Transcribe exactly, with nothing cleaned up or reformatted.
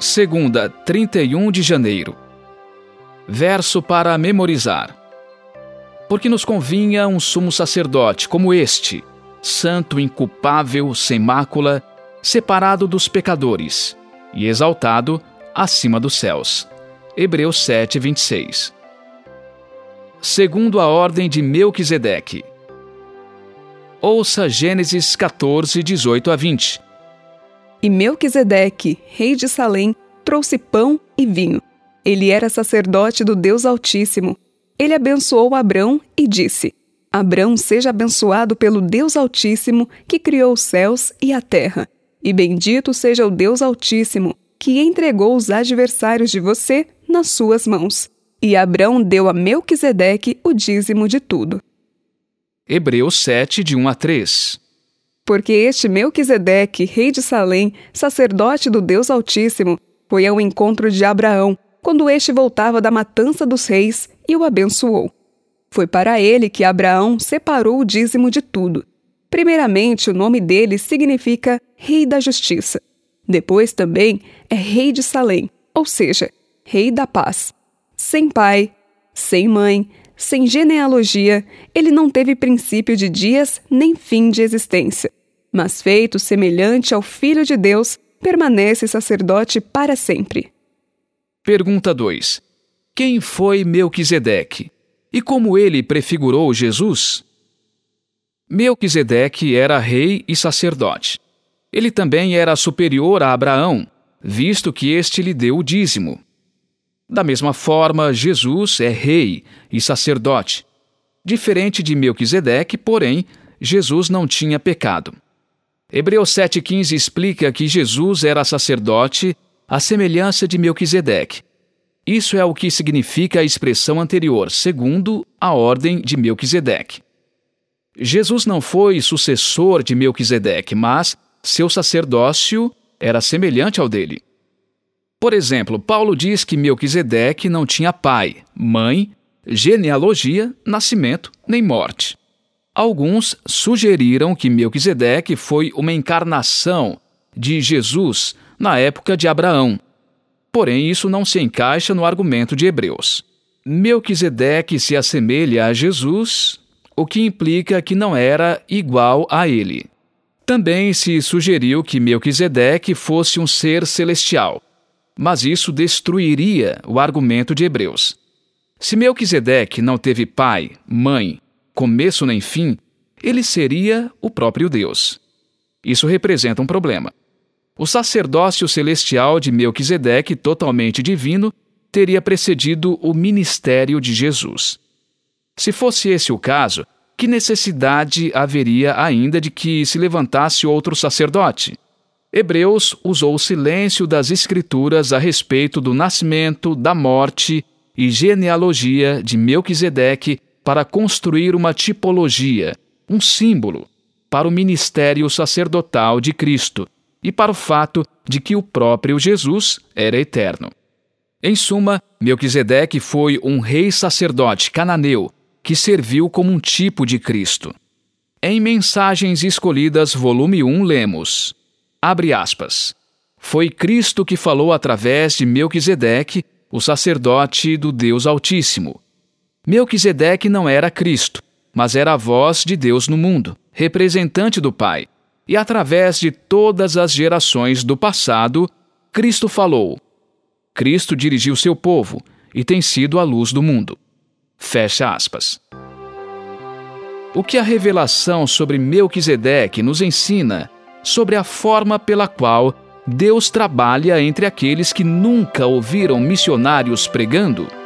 Segunda, trinta e um de janeiro. Verso para memorizar. Porque nos convinha um sumo sacerdote como este, santo, inculpável, sem mácula, separado dos pecadores e exaltado acima dos céus. Hebreus sete, vinte e seis. Segundo a ordem de Melquisedeque. Ouça Gênesis quatorze, dezoito a vinte. E Melquisedeque, rei de Salém, trouxe pão e vinho. Ele era sacerdote do Deus Altíssimo. Ele abençoou Abrão e disse: Abrão seja abençoado pelo Deus Altíssimo, que criou os céus e a terra. E bendito seja o Deus Altíssimo, que entregou os adversários de você nas suas mãos. E Abrão deu a Melquisedeque o dízimo de tudo. Hebreus sete, de um a três. Porque este Melquisedeque, rei de Salém, sacerdote do Deus Altíssimo, foi ao encontro de Abraão, quando este voltava da matança dos reis, e o abençoou. Foi para ele que Abraão separou o dízimo de tudo. Primeiramente, o nome dele significa Rei da Justiça. Depois também é Rei de Salém, ou seja, Rei da Paz. Sem pai, sem mãe, sem genealogia, ele não teve princípio de dias nem fim de existência. Mas feito semelhante ao Filho de Deus, permanece sacerdote para sempre. Pergunta dois. Quem foi Melquisedeque? E como ele prefigurou Jesus? Melquisedeque era rei e sacerdote. Ele também era superior a Abraão, visto que este lhe deu o dízimo. Da mesma forma, Jesus é rei e sacerdote. Diferente de Melquisedeque, porém, Jesus não tinha pecado. Hebreus sete, quinze explica que Jesus era sacerdote à semelhança de Melquisedeque. Isso é o que significa a expressão anterior, segundo a ordem de Melquisedeque. Jesus não foi sucessor de Melquisedeque, mas seu sacerdócio era semelhante ao dele. Por exemplo, Paulo diz que Melquisedeque não tinha pai, mãe, genealogia, nascimento nem morte. Alguns sugeriram que Melquisedeque foi uma encarnação de Jesus na época de Abraão. Porém, isso não se encaixa no argumento de Hebreus. Melquisedeque se assemelha a Jesus, o que implica que não era igual a ele. Também se sugeriu que Melquisedeque fosse um ser celestial, mas isso destruiria o argumento de Hebreus. Se Melquisedeque não teve pai, mãe, começo nem fim, ele seria o próprio Deus. Isso representa um problema. O sacerdócio celestial de Melquisedeque, totalmente divino, teria precedido o ministério de Jesus. Se fosse esse o caso, que necessidade haveria ainda de que se levantasse outro sacerdote? Hebreus usou o silêncio das Escrituras a respeito do nascimento, da morte e genealogia de Melquisedeque para construir uma tipologia, um símbolo, para o ministério sacerdotal de Cristo e para o fato de que o próprio Jesus era eterno. Em suma, Melquisedeque foi um rei-sacerdote cananeu que serviu como um tipo de Cristo. Em Mensagens Escolhidas, volume um, lemos, abre aspas, foi Cristo que falou através de Melquisedeque, o sacerdote do Deus Altíssimo. Melquisedeque não era Cristo, mas era a voz de Deus no mundo, representante do Pai. E através de todas as gerações do passado, Cristo falou. Cristo dirigiu seu povo e tem sido a luz do mundo. Fecha aspas. O que a revelação sobre Melquisedeque nos ensina sobre a forma pela qual Deus trabalha entre aqueles que nunca ouviram missionários pregando?